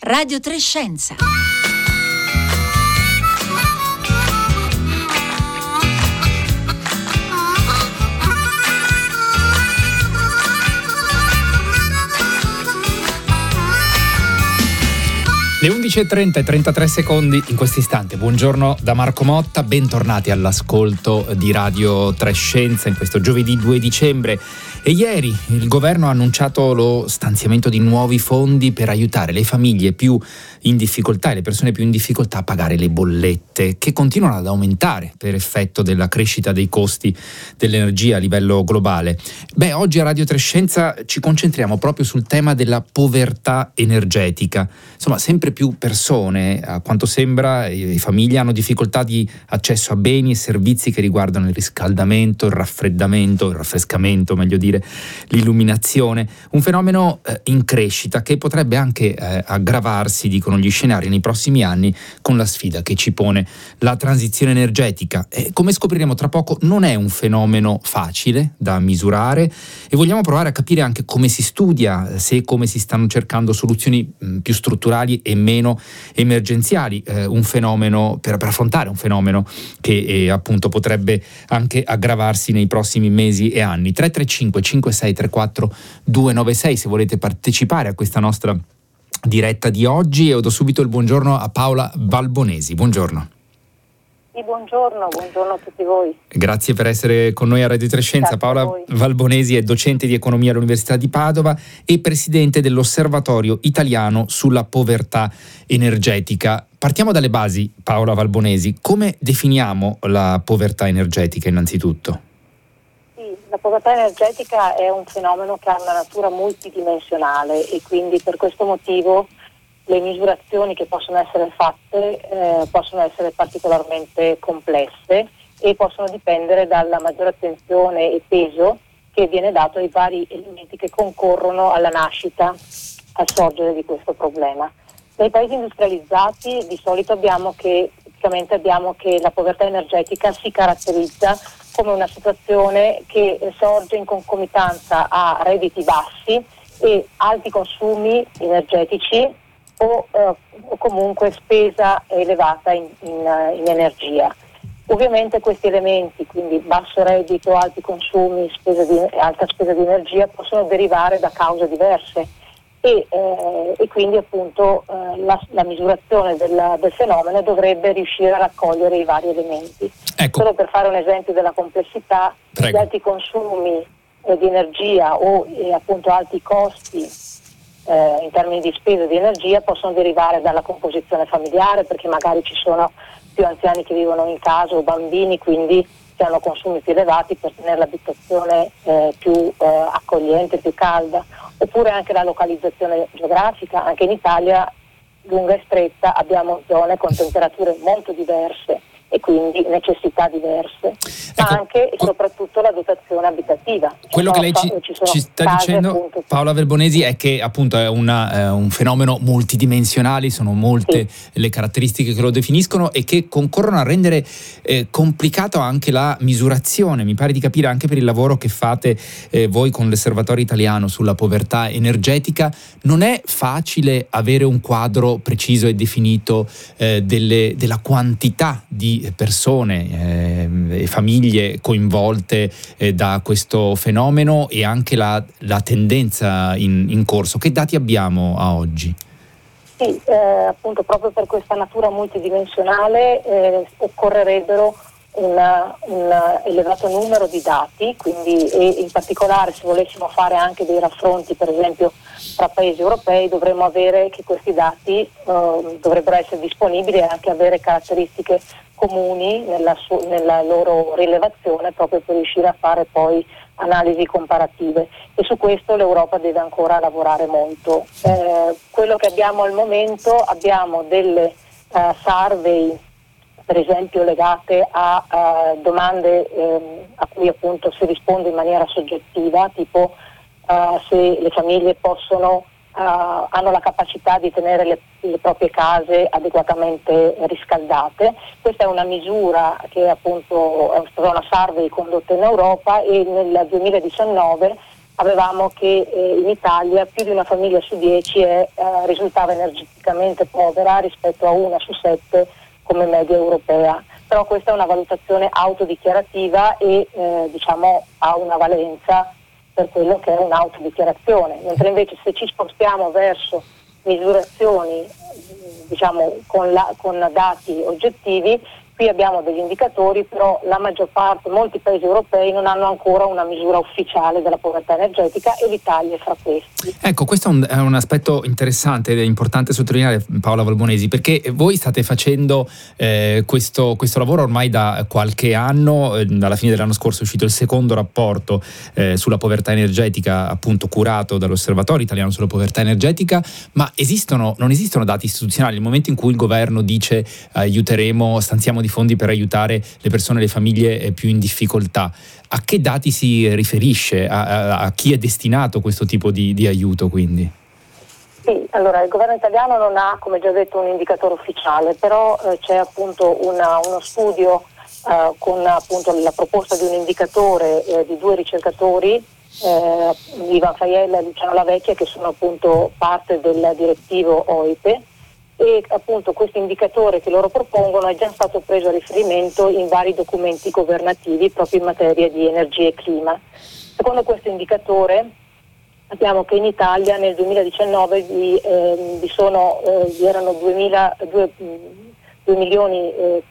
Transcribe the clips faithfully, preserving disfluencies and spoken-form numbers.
Radio tre Scienza. Le undici e trenta e trentatré secondi in questo istante. Buongiorno da Marco Motta, bentornati all'ascolto di Radio tre Scienza in questo giovedì due dicembre. E ieri il governo ha annunciato lo stanziamento di nuovi fondi per aiutare le famiglie più in difficoltà e le persone più in difficoltà a pagare le bollette, che continuano ad aumentare per effetto della crescita dei costi dell'energia a livello globale. Beh, oggi a Radio tre Scienza ci concentriamo proprio sul tema della povertà energetica. Insomma, sempre più persone, a quanto sembra, e famiglie hanno difficoltà di accesso a beni e servizi che riguardano il riscaldamento, il raffreddamento, il raffrescamento, meglio dire, l'illuminazione. Un fenomeno eh, in crescita che potrebbe anche eh, aggravarsi, dicono gli scenari, nei prossimi anni con la sfida che ci pone la transizione energetica. E come scopriremo tra poco, non è un fenomeno facile da misurare e vogliamo provare a capire anche come si studia, se e come si stanno cercando soluzioni mh, più strutturali e meno emergenziali, eh, un fenomeno per, per affrontare un fenomeno che eh, appunto potrebbe anche aggravarsi nei prossimi mesi e anni. tre tre cinque cinque sei tre quattro due nove sei se volete partecipare a questa nostra diretta di oggi, e do subito il buongiorno a Paola Valbonesi. Buongiorno. Sì, buongiorno, buongiorno a tutti voi. Grazie per essere con noi a Radio tre Scienza. Grazie. Paola Valbonesi è docente di economia all'Università di Padova e presidente dell'Osservatorio Italiano sulla Povertà Energetica. Partiamo dalle basi, Paola Valbonesi. Come definiamo la povertà energetica innanzitutto? Sì, la povertà energetica è un fenomeno che ha una natura multidimensionale e quindi per questo motivo le misurazioni che possono essere fatte eh, possono essere particolarmente complesse e possono dipendere dalla maggiore attenzione e peso che viene dato ai vari elementi che concorrono alla nascita, al sorgere di questo problema. Nei paesi industrializzati di solito abbiamo che, praticamente abbiamo che la povertà energetica si caratterizza come una situazione che sorge in concomitanza a redditi bassi e alti consumi energetici o, eh, o comunque spesa elevata in, in, in energia. Ovviamente questi elementi, quindi basso reddito, alti consumi, spesa di, alta spesa di energia, possono derivare da cause diverse e, eh, e quindi appunto eh, la, la misurazione del, del fenomeno dovrebbe riuscire a raccogliere i vari elementi. Ecco. Solo per fare un esempio della complessità, Prego. gli alti consumi eh, di energia o eh, appunto alti costi Eh, in termini di spesa di energia possono derivare dalla composizione familiare, perché magari ci sono più anziani che vivono in casa o bambini, quindi che hanno consumi più elevati per tenere l'abitazione eh, più eh, accogliente, più calda, oppure anche la localizzazione geografica. Anche in Italia, lunga e stretta, abbiamo zone con temperature molto diverse e quindi necessità diverse, ma ecco, anche e soprattutto la dotazione abitativa. Quello che lei ci, ci, ci sta case, dicendo, appunto, Paola Valbonesi, è che appunto è una, eh, un fenomeno multidimensionale, sono molte sì. le caratteristiche che lo definiscono e che concorrono a rendere eh, complicato anche la misurazione. Mi pare di capire, anche per il lavoro che fate eh, voi con l'Osservatorio Italiano sulla Povertà Energetica, non è facile avere un quadro preciso e definito eh, delle, della quantità di persone eh, e famiglie coinvolte eh, da questo fenomeno e anche la, la tendenza in, in corso. Che dati abbiamo a oggi? Sì, eh, appunto proprio per questa natura multidimensionale eh, occorrerebbero una, un elevato numero di dati, quindi e in particolare se volessimo fare anche dei raffronti per esempio tra paesi europei dovremmo avere che questi dati eh, dovrebbero essere disponibili e anche avere caratteristiche comuni nella, su- nella loro rilevazione, proprio per riuscire a fare poi analisi comparative, e su questo l'Europa deve ancora lavorare molto. Eh, quello che abbiamo al momento, abbiamo delle uh, survey per esempio legate a uh, domande ehm, a cui appunto si risponde in maniera soggettiva, tipo uh, se le famiglie possono Uh, hanno la capacità di tenere le, le proprie case adeguatamente riscaldate. Questa è una misura che appunto è stata una survey condotta in Europa e nel duemiladiciannove avevamo che eh, in Italia più di una famiglia su dieci è, eh, risultava energeticamente povera rispetto a una su sette come media europea. Però questa è una valutazione autodichiarativa e eh, diciamo ha una valenza per quello che è un'autodichiarazione, mentre invece se ci spostiamo verso misurazioni diciamo con, la, con dati oggettivi, qui abbiamo degli indicatori, però la maggior parte, molti paesi europei non hanno ancora una misura ufficiale della povertà energetica e l'Italia è fra questi. Ecco, questo è un, è un aspetto interessante ed è importante sottolineare, Paola Valbonesi, perché voi state facendo eh, questo, questo lavoro ormai da qualche anno, eh, dalla fine dell'anno scorso è uscito il secondo rapporto eh, sulla povertà energetica, appunto curato dall'Osservatorio Italiano sulla Povertà Energetica, ma esistono, non esistono dati istituzionali. Nel momento in cui il governo dice aiuteremo, stanziamo di fondi per aiutare le persone, le famiglie più in difficoltà, a che dati si riferisce? A, a, a chi è destinato questo tipo di, di aiuto quindi? Sì, allora il governo italiano non ha, come già detto, un indicatore ufficiale, però eh, c'è appunto una, uno studio eh, con appunto la proposta di un indicatore eh, di due ricercatori, eh, Ivan Faiella e Luciano Lavecchia, che sono appunto parte del direttivo O I P E, e appunto questo indicatore che loro propongono è già stato preso a riferimento in vari documenti governativi proprio in materia di energia e clima. Secondo questo indicatore abbiamo che in Italia nel duemiladiciannove vi, eh, vi, sono, eh, vi erano due milioni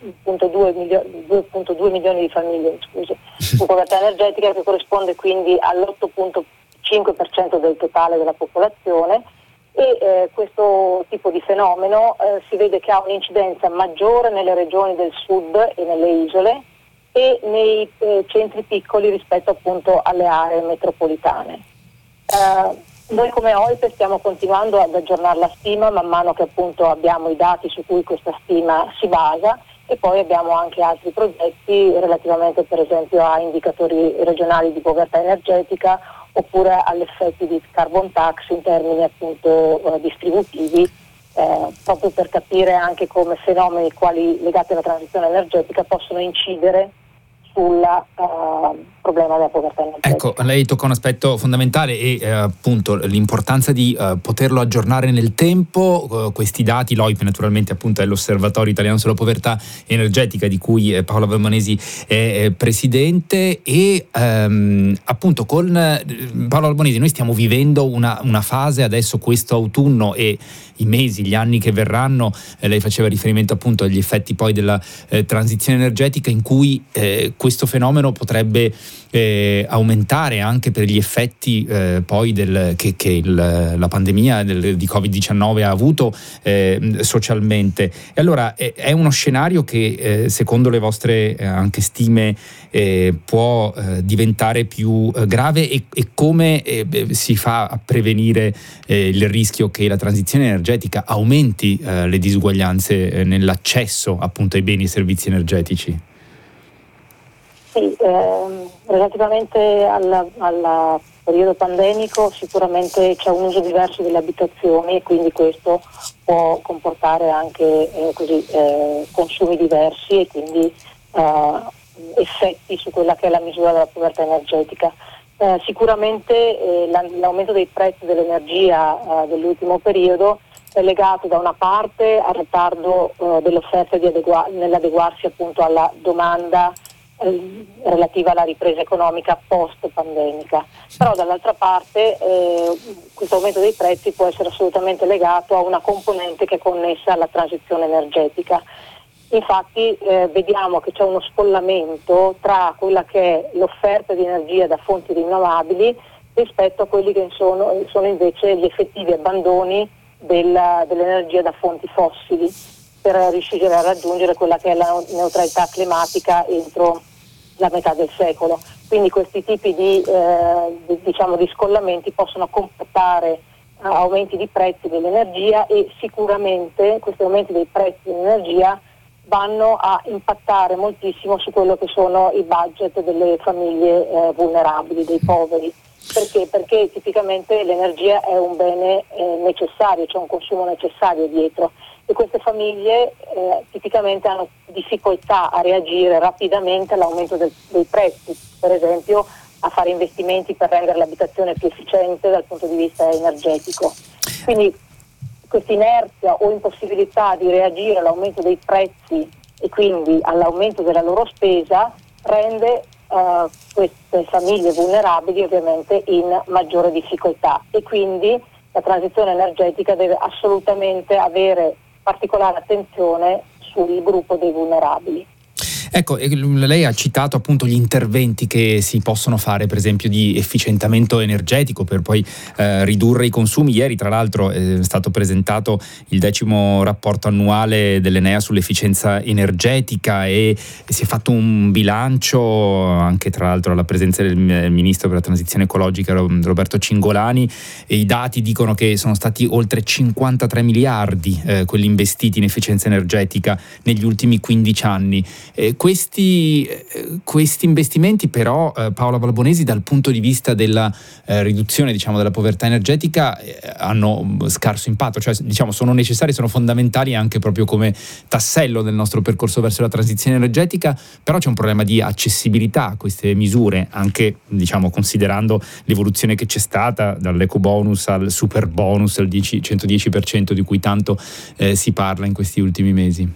virgola due milioni di famiglie scusi, in povertà energetica, che corrisponde quindi all'otto virgola cinque per cento del totale della popolazione. E eh, questo tipo di fenomeno eh, si vede che ha un'incidenza maggiore nelle regioni del sud e nelle isole e nei eh, centri piccoli rispetto appunto alle aree metropolitane. Eh, noi come O I P E stiamo continuando ad aggiornare la stima man mano che appunto abbiamo i dati su cui questa stima si basa, e poi abbiamo anche altri progetti relativamente per esempio a indicatori regionali di povertà energetica oppure agli effetti di carbon tax in termini appunto eh, distributivi, eh, proprio per capire anche come fenomeni quali legati alla transizione energetica possono incidere sul uh, problema della povertà energetica. Ecco, lei tocca un aspetto fondamentale e eh, appunto l'importanza di eh, poterlo aggiornare nel tempo. Uh, questi dati, l'O I P E naturalmente appunto è l'Osservatorio Italiano sulla Povertà Energetica di cui eh, Paola Valbonesi è eh, presidente e ehm, appunto con eh, Paola Valbonesi noi stiamo vivendo una, una fase adesso questo autunno e i mesi, gli anni che verranno, eh, lei faceva riferimento appunto agli effetti poi della eh, transizione energetica in cui eh, questo fenomeno potrebbe eh, aumentare anche per gli effetti eh, poi del, che, che il, la pandemia del, di covid diciannove ha avuto eh, socialmente. E allora eh, è uno scenario che eh, secondo le vostre eh, anche stime eh, può eh, diventare più eh, grave e, e come eh, si fa a prevenire eh, il rischio che la transizione energetica aumenti eh, le disuguaglianze eh, nell'accesso appunto ai beni e servizi energetici? Sì, ehm, relativamente al, al periodo pandemico sicuramente c'è un uso diverso delle abitazioni e quindi questo può comportare anche eh, così, eh, consumi diversi e quindi eh, effetti su quella che è la misura della povertà energetica. Eh, sicuramente eh, l'aumento dei prezzi dell'energia eh, dell'ultimo periodo è legato da una parte al ritardo eh, dell'offerta di adegua- nell'adeguarsi appunto alla domanda relativa alla ripresa economica post-pandemica, però dall'altra parte eh, questo aumento dei prezzi può essere assolutamente legato a una componente che è connessa alla transizione energetica. Infatti eh, vediamo che c'è uno scollamento tra quella che è l'offerta di energia da fonti rinnovabili rispetto a quelli che sono, sono invece gli effettivi abbandoni della, dell'energia da fonti fossili per riuscire a raggiungere quella che è la neutralità climatica entro la metà del secolo. Quindi questi tipi di, eh, di, diciamo, di scollamenti possono comportare eh, aumenti di prezzi dell'energia e sicuramente questi aumenti dei prezzi dell'energia vanno a impattare moltissimo su quello che sono i budget delle famiglie eh, vulnerabili, dei poveri. Perché? Perché tipicamente l'energia è un bene eh, necessario, c'è un consumo necessario dietro e queste famiglie eh, tipicamente hanno difficoltà a reagire rapidamente all'aumento del, dei prezzi. Per esempio a fare investimenti per rendere l'abitazione più efficiente dal punto di vista energetico. Quindi questa inerzia o impossibilità di reagire all'aumento dei prezzi e quindi all'aumento della loro spesa rende uh, queste famiglie vulnerabili ovviamente in maggiore difficoltà, e quindi la transizione energetica deve assolutamente avere particolare attenzione sul gruppo dei vulnerabili. Ecco, lei ha citato appunto gli interventi che si possono fare, per esempio di efficientamento energetico per poi eh, ridurre i consumi. Ieri tra l'altro è stato presentato il decimo rapporto annuale dell'Enea sull'efficienza energetica e si è fatto un bilancio anche tra l'altro alla presenza del ministro per la transizione ecologica Roberto Cingolani, e i dati dicono che sono stati oltre cinquantatré miliardi eh, quelli investiti in efficienza energetica negli ultimi quindici anni. Eh, Questi, questi investimenti però, eh, Paola Valbonesi, dal punto di vista della eh, riduzione diciamo, della povertà energetica eh, hanno scarso impatto, cioè diciamo sono necessari, sono fondamentali anche proprio come tassello del nostro percorso verso la transizione energetica, però c'è un problema di accessibilità a queste misure, anche diciamo considerando l'evoluzione che c'è stata dall'eco bonus al super bonus al cento dieci per cento di cui tanto eh, si parla in questi ultimi mesi.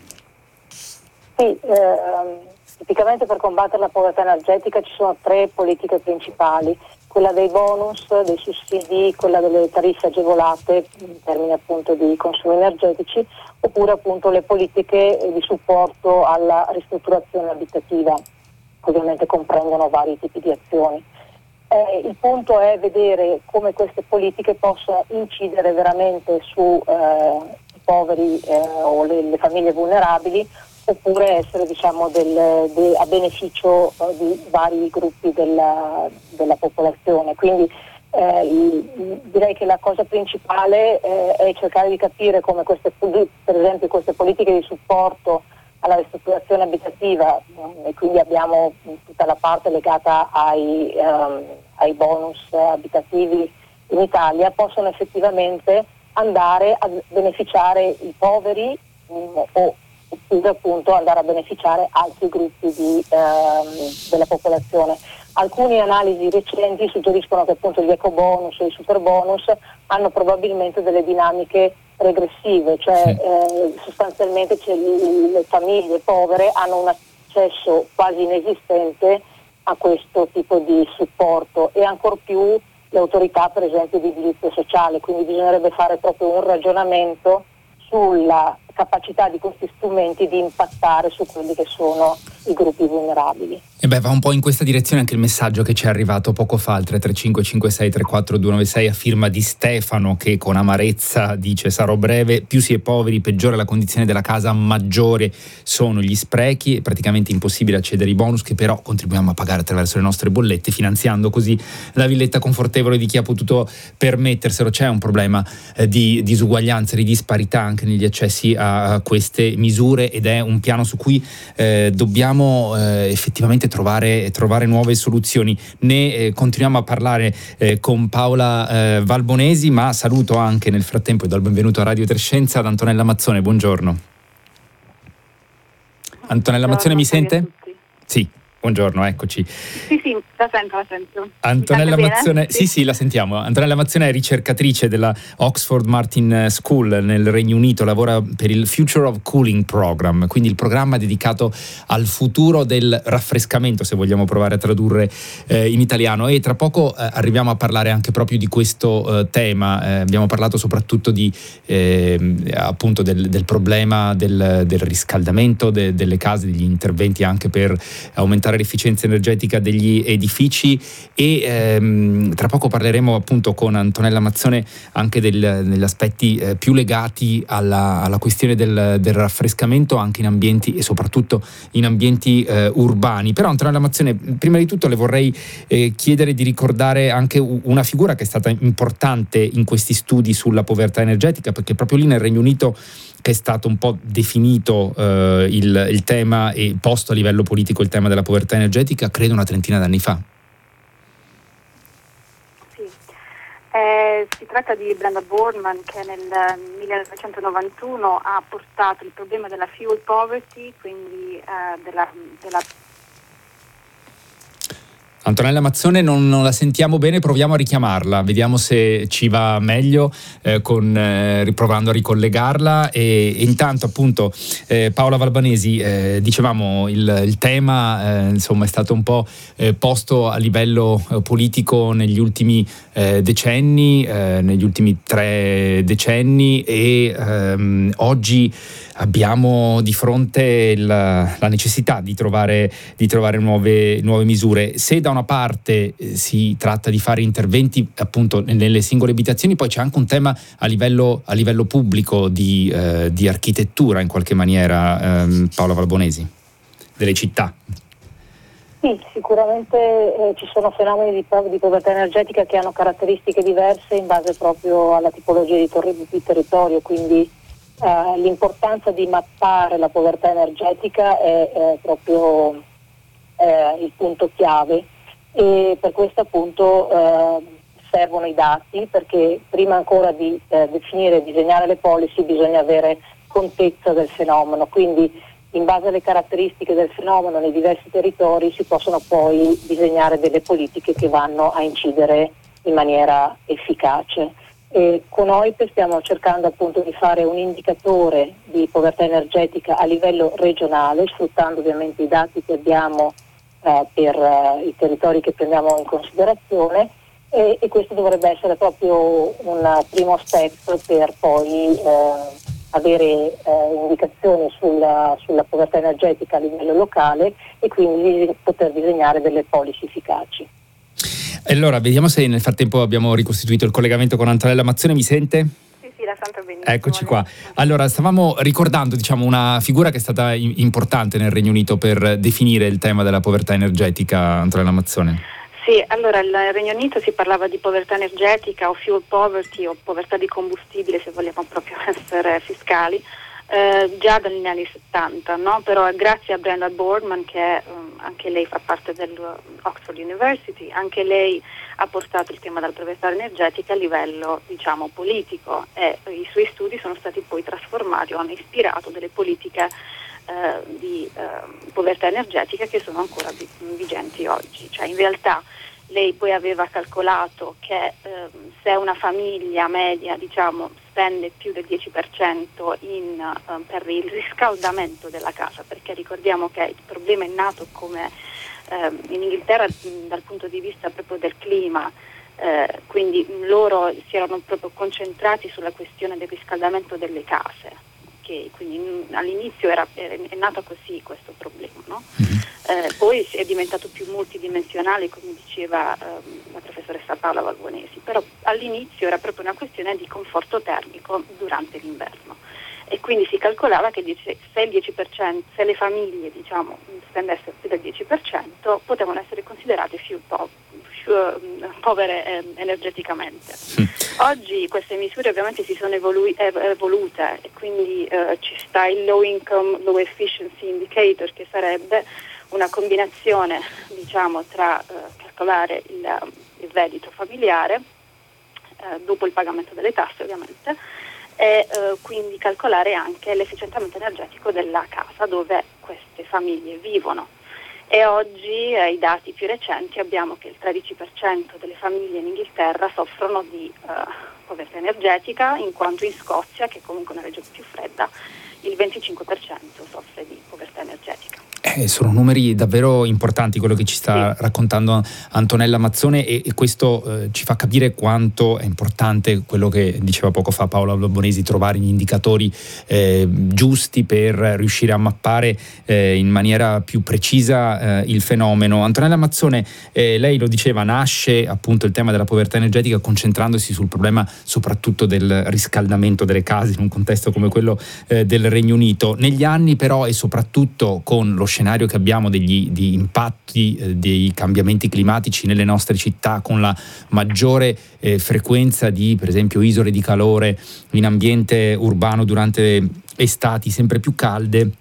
Sì, eh, tipicamente per combattere la povertà energetica ci sono tre politiche principali: quella dei bonus, dei sussidi, quella delle tariffe agevolate in termini appunto di consumi energetici, oppure appunto le politiche di supporto alla ristrutturazione abitativa, che ovviamente comprendono vari tipi di azioni. Eh, il punto è vedere come queste politiche possono incidere veramente su eh, i poveri eh, o le, le famiglie vulnerabili, oppure essere diciamo del, de, a beneficio eh, di vari gruppi della, della popolazione. Quindi eh, il, direi che la cosa principale eh, è cercare di capire come queste, per esempio queste politiche di supporto alla ristrutturazione abitativa, e quindi abbiamo tutta la parte legata ai, um, ai bonus abitativi in Italia, possono effettivamente andare a beneficiare i poveri um, o oppure appunto andare a beneficiare altri gruppi di, ehm, della popolazione. Alcune analisi recenti suggeriscono che appunto gli eco bonus e i super bonus hanno probabilmente delle dinamiche regressive, cioè sì. eh, sostanzialmente cioè, le famiglie povere hanno un accesso quasi inesistente a questo tipo di supporto, e ancor più le autorità per esempio di diritto sociale, quindi bisognerebbe fare proprio un ragionamento sulla capacità di questi strumenti di impattare su quelli che sono i gruppi vulnerabili. E beh, va un po' in questa direzione anche il messaggio che ci è arrivato poco fa al tre tre cinque cinque sei tre quattro due nove sei a firma di Stefano, che con amarezza dice: sarò breve, più si è poveri peggiore la condizione della casa, maggiore sono gli sprechi, è praticamente impossibile accedere ai bonus che però contribuiamo a pagare attraverso le nostre bollette, finanziando così la villetta confortevole di chi ha potuto permetterselo. C'è un problema eh, di disuguaglianza, di disparità anche negli accessi a, a queste misure, ed è un piano su cui eh, dobbiamo eh, effettivamente Trovare, trovare nuove soluzioni. Ne eh, continuiamo a parlare eh, con Paola eh, Valbonesi, ma saluto anche nel frattempo e do il benvenuto a Radio Trescenza ad Antonella Mazzone. Buongiorno. Antonella Mazzone, mi sente? Sì. Buongiorno, eccoci. Sì, sì, la sento, la sento. Antonella Mazzone, sì. sì, sì, la sentiamo. Antonella Mazzone è ricercatrice della Oxford Martin School nel Regno Unito, lavora per il Future of Cooling Program, quindi il programma dedicato al futuro del raffrescamento, se vogliamo provare a tradurre eh, in italiano. E tra poco eh, arriviamo a parlare anche proprio di questo eh, tema. Eh, abbiamo parlato soprattutto di eh, appunto del, del problema del, del riscaldamento de, delle case, degli interventi anche per aumentare l'efficienza energetica degli edifici, e ehm, tra poco parleremo appunto con Antonella Mazzone anche del, degli aspetti eh, più legati alla, alla questione del, del raffrescamento anche in ambienti e soprattutto in ambienti eh, urbani. Però Antonella Mazzone, prima di tutto le vorrei eh, chiedere di ricordare anche una figura che è stata importante in questi studi sulla povertà energetica, perché proprio lì nel Regno Unito che è stato un po' definito eh, il, il tema e posto a livello politico il tema della povertà energetica, credo una trentina d'anni fa. Sì, eh, si tratta di Brenda Boardman, che nel millenovecentonovantuno ha portato il problema della fuel poverty, quindi eh, della, della Antonella Mazzone non, non la sentiamo bene, proviamo a richiamarla, vediamo se ci va meglio eh, con, eh, riprovando a ricollegarla e, e intanto appunto eh, Paola Valbanesi, eh, dicevamo il, il tema eh, insomma è stato un po' eh, posto a livello eh, politico negli ultimi eh, decenni, eh, negli ultimi tre decenni e ehm, oggi abbiamo di fronte il, la necessità di trovare, di trovare nuove, nuove misure. Se da una parte eh, si tratta di fare interventi appunto nelle singole abitazioni, poi c'è anche un tema a livello, a livello pubblico di, eh, di architettura in qualche maniera, ehm, Paola Valbanesi, delle città. Sì, sicuramente eh, ci sono fenomeni di, di povertà energetica che hanno caratteristiche diverse in base proprio alla tipologia di, tor- di territorio, quindi Uh, l'importanza di mappare la povertà energetica è, è proprio eh, il punto chiave e per questo appunto eh, servono i dati, perché prima ancora di eh, definire e disegnare le policy bisogna avere contezza del fenomeno, quindi in base alle caratteristiche del fenomeno nei diversi territori si possono poi disegnare delle politiche che vanno a incidere in maniera efficace. E con O I P E stiamo cercando appunto di fare un indicatore di povertà energetica a livello regionale, sfruttando ovviamente i dati che abbiamo eh, per eh, i territori che prendiamo in considerazione e, e questo dovrebbe essere proprio un primo step per poi eh, avere eh, indicazioni sulla, sulla povertà energetica a livello locale e quindi poter disegnare delle policy efficaci. Allora, vediamo se nel frattempo abbiamo ricostituito il collegamento con Antonella Mazzone. Mi sente? Sì, sì, la sento benissimo. Eccoci qua. Allora, stavamo ricordando, diciamo, una figura che è stata importante nel Regno Unito per definire il tema della povertà energetica, Antonella Mazzone. Sì, allora nel Regno Unito si parlava di povertà energetica o fuel poverty o povertà di combustibile, se vogliamo proprio essere fiscali, eh, già dagli anni settanta, no? Però grazie a Brenda Boardman, che um, anche lei fa parte dell'Oxford University, anche lei ha portato il tema della povertà energetica a livello, diciamo, politico e i suoi studi sono stati poi trasformati o hanno ispirato delle politiche eh, di eh, povertà energetica che sono ancora vi- vigenti oggi. Cioè in realtà lei poi aveva calcolato che eh, se una famiglia media, diciamo, spende più del dieci per cento in, uh, per il riscaldamento della casa, perché ricordiamo che il problema è nato come uh, in Inghilterra mh, dal punto di vista proprio del clima, uh, quindi mh, loro si erano proprio concentrati sulla questione del riscaldamento delle case, che quindi mh, all'inizio era, è, è nato così questo problema, no? Mm-hmm. Eh, poi è diventato più multidimensionale, come diceva ehm, la professoressa Paola Valbanesi, però all'inizio era proprio una questione di conforto termico durante l'inverno e quindi si calcolava che se il dieci per cento, se le famiglie, diciamo, spendessero più del dieci per cento potevano essere considerate più, po- più eh, povere eh, energeticamente. Mm. Oggi queste misure ovviamente si sono evolu- evolute e quindi eh, ci sta il Low Income Low Efficiency Indicator, che sarebbe una combinazione, diciamo, tra eh, calcolare il, il reddito familiare eh, dopo il pagamento delle tasse ovviamente e eh, quindi calcolare anche l'efficientamento energetico della casa dove queste famiglie vivono. E oggi ai eh, dati più recenti abbiamo che il tredici per cento delle famiglie in Inghilterra soffrono di eh, povertà energetica, in quanto in Scozia, che è comunque una regione più fredda, il venticinque per cento soffre di povertà energetica. Eh, sono numeri davvero importanti quello che ci sta sì. raccontando Antonella Mazzone e, e questo eh, ci fa capire quanto è importante quello che diceva poco fa Paola Valbanesi, trovare gli indicatori eh, giusti per riuscire a mappare eh, in maniera più precisa eh, il fenomeno. Antonella Mazzone, eh, lei lo diceva, nasce appunto il tema della povertà energetica concentrandosi sul problema soprattutto del riscaldamento delle case in un contesto come quello eh, del Regno Unito. Negli anni però e soprattutto con lo scenario che abbiamo degli di impatti eh, dei cambiamenti climatici nelle nostre città, con la maggiore eh, frequenza di per esempio isole di calore in ambiente urbano durante estati sempre più calde,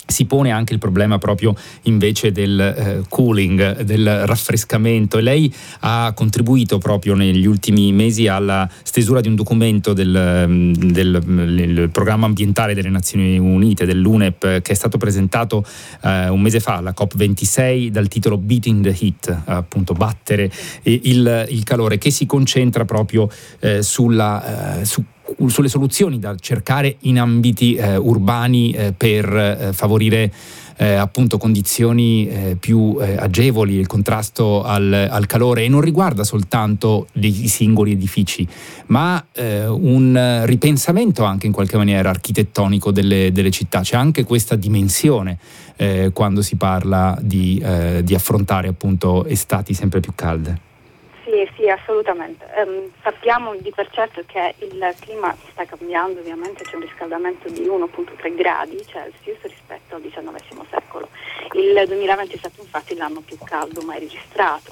si pone anche il problema proprio invece del eh, cooling, del raffrescamento, e lei ha contribuito proprio negli ultimi mesi alla stesura di un documento del, del, del programma ambientale delle Nazioni Unite, dell'U N E P, che è stato presentato eh, un mese fa alla COP ventisei dal titolo Beating the Heat, appunto battere il, il calore, che si concentra proprio eh, sulla eh, su sulle soluzioni da cercare in ambiti eh, urbani eh, per eh, favorire eh, appunto condizioni eh, più eh, agevoli, il contrasto al, al calore, e non riguarda soltanto i singoli edifici, ma eh, un ripensamento anche in qualche maniera architettonico delle, delle città. C'è anche questa dimensione eh, quando si parla di, eh, di affrontare appunto estati sempre più calde. Sì, sì, assolutamente. Um, sappiamo di per certo che il clima sta cambiando, ovviamente c'è un riscaldamento di uno virgola tre gradi Celsius rispetto al diciannovesimo secolo. Il duemilaventi è stato infatti l'anno più caldo mai registrato.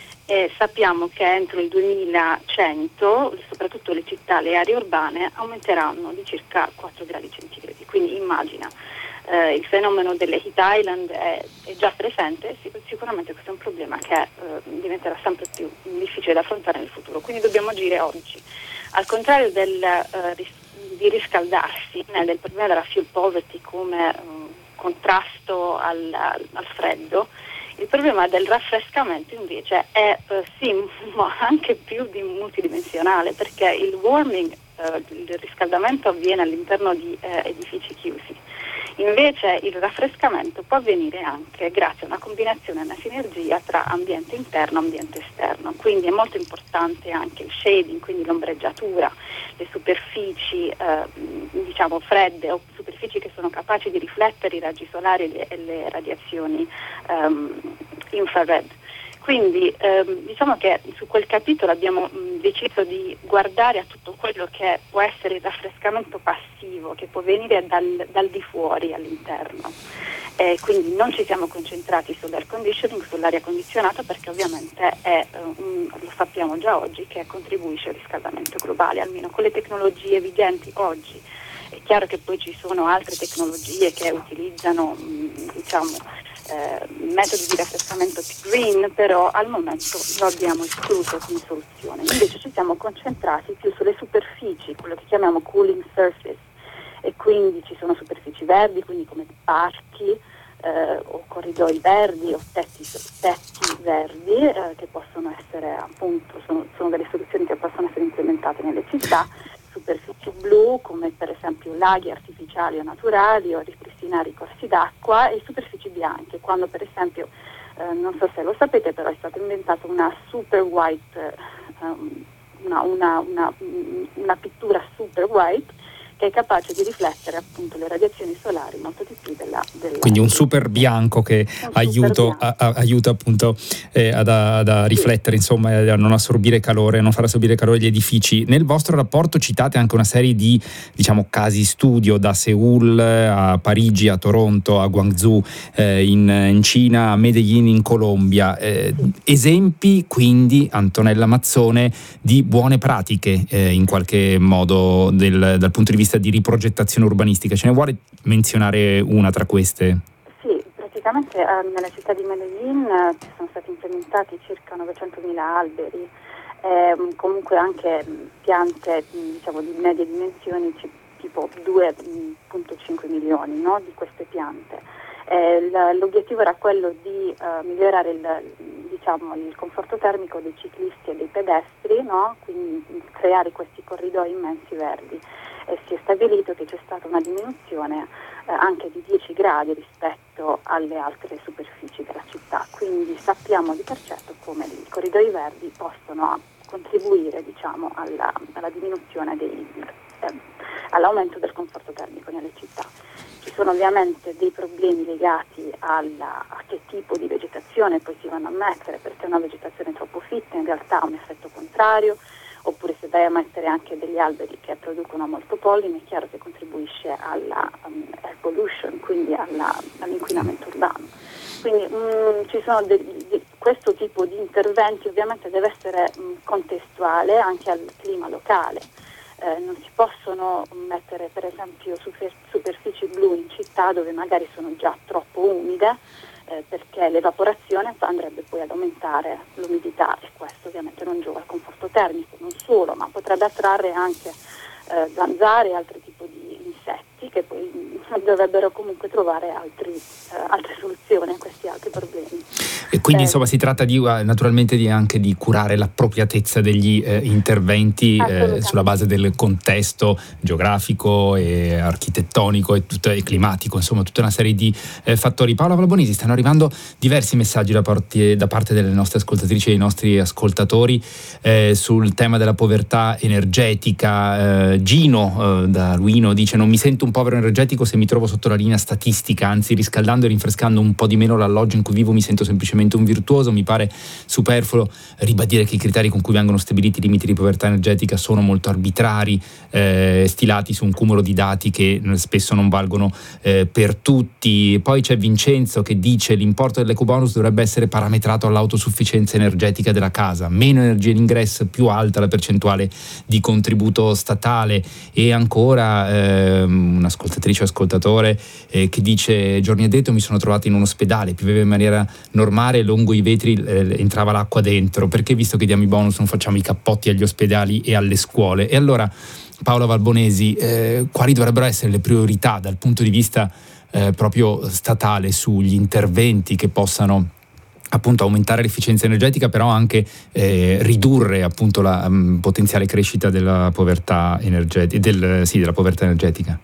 E sappiamo che entro il duemilacento, soprattutto le città, le aree urbane, aumenteranno di circa quattro gradi centigradi. Quindi immagina, eh, il fenomeno delle heat island è, è già presente, sic- sicuramente questo è un problema che eh, diventerà sempre più difficile da affrontare nel futuro. Quindi dobbiamo agire oggi. Al contrario del, eh, ris- di riscaldarsi, eh, del problema della fuel poverty come eh, contrasto al, al, al freddo, il problema del raffrescamento invece è eh, sì, ma anche più di multidimensionale, perché il warming, eh, il riscaldamento avviene all'interno di eh, edifici chiusi. Invece il raffrescamento può avvenire anche grazie a una combinazione, una sinergia tra ambiente interno e ambiente esterno. Quindi è molto importante anche il shading, quindi l'ombreggiatura, le superfici eh, diciamo fredde o superfici che sono capaci di riflettere i raggi solari e le, e le radiazioni um, infrared. Quindi ehm, diciamo che su quel capitolo abbiamo mh, deciso di guardare a tutto quello che può essere il raffrescamento passivo, che può venire dal, dal di fuori all'interno. E quindi non ci siamo concentrati sull'air conditioning, sull'aria condizionata, perché ovviamente è, um, lo sappiamo già oggi, che contribuisce al riscaldamento globale, almeno con le tecnologie vigenti oggi. È chiaro che poi ci sono altre tecnologie che utilizzano mh, diciamo Eh, metodi di raffrescamento più green, però al momento lo abbiamo escluso come soluzione. Invece ci siamo concentrati più sulle superfici, quello che chiamiamo cooling surface, e quindi ci sono superfici verdi, quindi come parchi eh, o corridoi verdi o tetti, tetti verdi eh, che possono essere appunto, sono, sono delle soluzioni che possono essere implementate nelle città. Superfici blu come per esempio laghi artificiali o naturali, o ripristinare i corsi d'acqua, e superfici bianche quando per esempio eh, non so se lo sapete, però è stata inventata una super white um, una, una, una, una pittura super white che è capace di riflettere appunto le radiazioni solari molto di più della, della quindi un super bianco che aiuto, super bianco. A, a, aiuta appunto eh, ad, ad a riflettere, sì, insomma, a non assorbire calore, a non far assorbire calore agli edifici. Nel vostro rapporto citate anche una serie di, diciamo, casi studio, da Seul a Parigi, a Toronto, a Guangzhou eh, in, in Cina, a Medellin in Colombia, eh, esempi quindi, Antonella Mazzone, di buone pratiche eh, in qualche modo del, dal punto di vista di riprogettazione urbanistica. Ce ne vuole menzionare una tra queste? Sì, praticamente eh, nella città di Medellin eh, sono stati implementati circa novecentomila alberi, eh, comunque anche piante diciamo di medie dimensioni, c- tipo due virgola cinque milioni, no, di queste piante. Eh, l- l'obiettivo era quello di uh, migliorare il, diciamo, il conforto termico dei ciclisti e dei pedestri, no? Quindi creare questi corridoi immensi verdi. E si è stabilito che c'è stata una diminuzione eh, anche di dieci gradi rispetto alle altre superfici della città, quindi sappiamo di per certo come i corridoi verdi possono contribuire diciamo, alla, alla diminuzione dei, eh, all'aumento del conforto termico nelle città. Ci sono ovviamente dei problemi legati alla, a che tipo di vegetazione poi si vanno a mettere, perché una vegetazione troppo fitta in realtà ha un effetto contrario, oppure se vai a mettere anche degli alberi che producono molto polline, è chiaro che contribuisce alla um, air pollution, quindi alla, all'inquinamento urbano. Quindi um, ci sono de- de- questo tipo di interventi ovviamente deve essere um, contestuale anche al clima locale. Eh, non si possono mettere per esempio super, superfici blu in città dove magari sono già troppo umide, eh, perché l'evaporazione andrebbe poi ad aumentare l'umidità e questo ovviamente non giova al conforto termico, non solo, ma potrebbe attrarre anche eh, zanzare e altri tipi di insetti che poi dovrebbero comunque trovare altri, eh, altre soluzioni a questi altri problemi. E quindi eh, insomma si tratta di, naturalmente di anche di curare l'appropriatezza degli eh, interventi eh, sulla base del contesto geografico e architettonico e, tutto, e climatico, insomma tutta una serie di eh, fattori. Paola Valbonesi, stanno arrivando diversi messaggi da parte, da parte delle nostre ascoltatrici e dei nostri ascoltatori eh, sul tema della povertà energetica. eh, Gino eh, da Luino dice: non mi sento un povero energetico se mi trovo sotto la linea statistica, anzi riscaldando e rinfrescando un po' di meno l'alloggio in cui vivo mi sento semplicemente un virtuoso. Mi pare superfluo ribadire che i criteri con cui vengono stabiliti i limiti di povertà energetica sono molto arbitrari, eh, stilati su un cumulo di dati che spesso non valgono eh, per tutti. Poi c'è Vincenzo che dice: l'importo dell'ecobonus dovrebbe essere parametrato all'autosufficienza energetica della casa, meno energia in ingresso, più alta la percentuale di contributo statale. E ancora eh, un'ascoltatrice o ascoltatore eh, che dice: giorni addietro mi sono trovato in un ospedale, pioveva in maniera normale, lungo i vetri eh, entrava l'acqua dentro, perché visto che diamo i bonus non facciamo i cappotti agli ospedali e alle scuole? E allora Paola Valbonesi, eh, quali dovrebbero essere le priorità dal punto di vista eh, proprio statale sugli interventi che possano appunto aumentare l'efficienza energetica, però anche eh, ridurre appunto la um, potenziale crescita della povertà energetica, del, sì, della povertà energetica?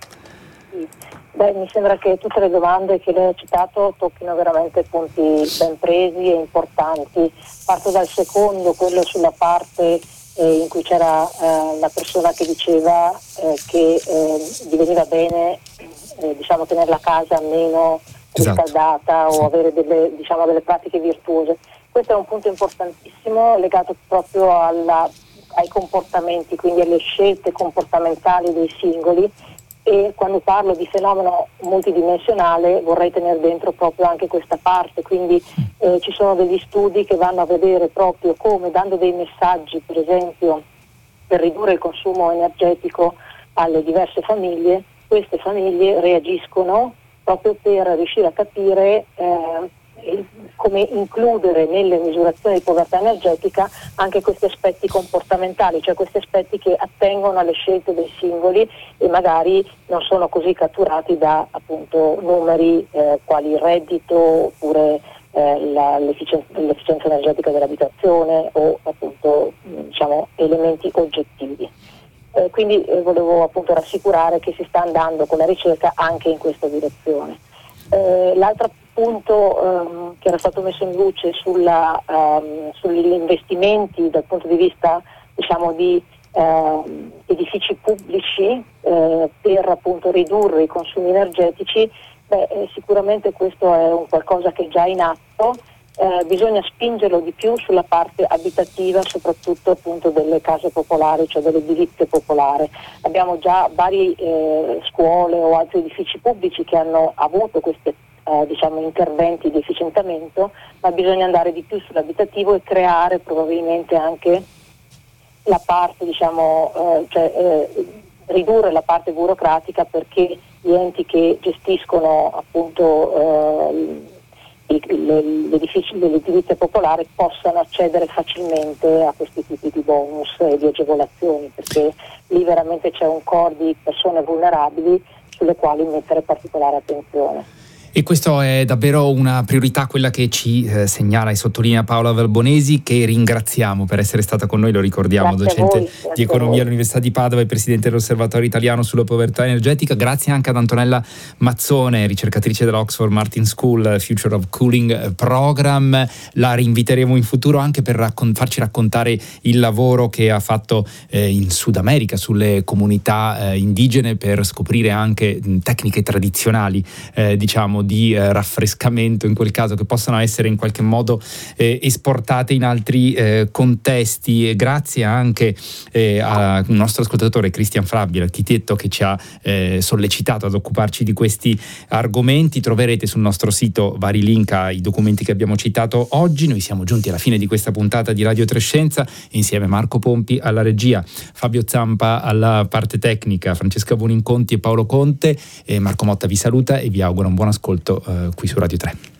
Beh, mi sembra che tutte le domande che lei ha citato tocchino veramente punti ben presi e importanti. Parto dal secondo, quello sulla parte eh, in cui c'era eh, la persona che diceva eh, che eh, gli veniva bene eh, diciamo tenere la casa meno riscaldata, esatto, o sì, avere delle, diciamo, delle pratiche virtuose. Questo è un punto importantissimo legato proprio alla, ai comportamenti, quindi alle scelte comportamentali dei singoli. E quando parlo di fenomeno multidimensionale vorrei tenere dentro proprio anche questa parte, quindi eh, ci sono degli studi che vanno a vedere proprio come, dando dei messaggi per esempio per ridurre il consumo energetico alle diverse famiglie, queste famiglie reagiscono proprio per riuscire a capire eh, come includere nelle misurazioni di povertà energetica anche questi aspetti comportamentali, cioè questi aspetti che attengono alle scelte dei singoli e magari non sono così catturati da appunto numeri eh, quali il reddito oppure eh, la, l'efficienza, l'efficienza energetica dell'abitazione o appunto diciamo elementi oggettivi. Eh, quindi eh, volevo appunto rassicurare che si sta andando con la ricerca anche in questa direzione. Eh, l'altro punto ehm, che era stato messo in luce sulla, ehm, sugli investimenti dal punto di vista diciamo di ehm, edifici pubblici eh, per appunto ridurre i consumi energetici, beh, eh, sicuramente questo è un qualcosa che è già in atto. Eh, bisogna spingerlo di più sulla parte abitativa, soprattutto appunto delle case popolari, cioè dell'edilizia popolare. Abbiamo già varie eh, scuole o altri edifici pubblici che hanno avuto questi eh, diciamo, interventi di efficientamento, ma bisogna andare di più sull'abitativo e creare probabilmente anche la parte, diciamo, eh, cioè eh, ridurre la parte burocratica perché gli enti che gestiscono appunto eh, l'edificio dell'edilizia popolare possano accedere facilmente a questi tipi di bonus e di agevolazioni, perché lì veramente c'è un core di persone vulnerabili sulle quali mettere particolare attenzione. E questo è davvero una priorità, quella che ci eh, segnala e sottolinea Paola Valbonesi, che ringraziamo per essere stata con noi, lo ricordiamo, grazie docente voi, di economia all'Università di Padova e presidente dell'Osservatorio Italiano sulla Povertà Energetica. Grazie anche ad Antonella Mazzone, ricercatrice dell'Oxford Martin School Future of Cooling Program. La rinviteremo in futuro anche per raccon- farci raccontare il lavoro che ha fatto eh, in Sud America sulle comunità eh, indigene, per scoprire anche mh, tecniche tradizionali, eh, diciamo, diciamo di eh, raffrescamento in quel caso, che possano essere in qualche modo eh, esportate in altri eh, contesti. E grazie anche eh, al nostro ascoltatore Cristian Frabbi, l'architetto, che ci ha eh, sollecitato ad occuparci di questi argomenti. Troverete sul nostro sito vari link ai documenti che abbiamo citato oggi. Noi siamo giunti alla fine di questa puntata di Radio Trescenza, insieme a Marco Pompi alla regia, Fabio Zampa alla parte tecnica, Francesca Buoninconti e Paolo Conte. E Marco Motta vi saluta e vi auguro un buon ascolto eh, qui su Radio tre.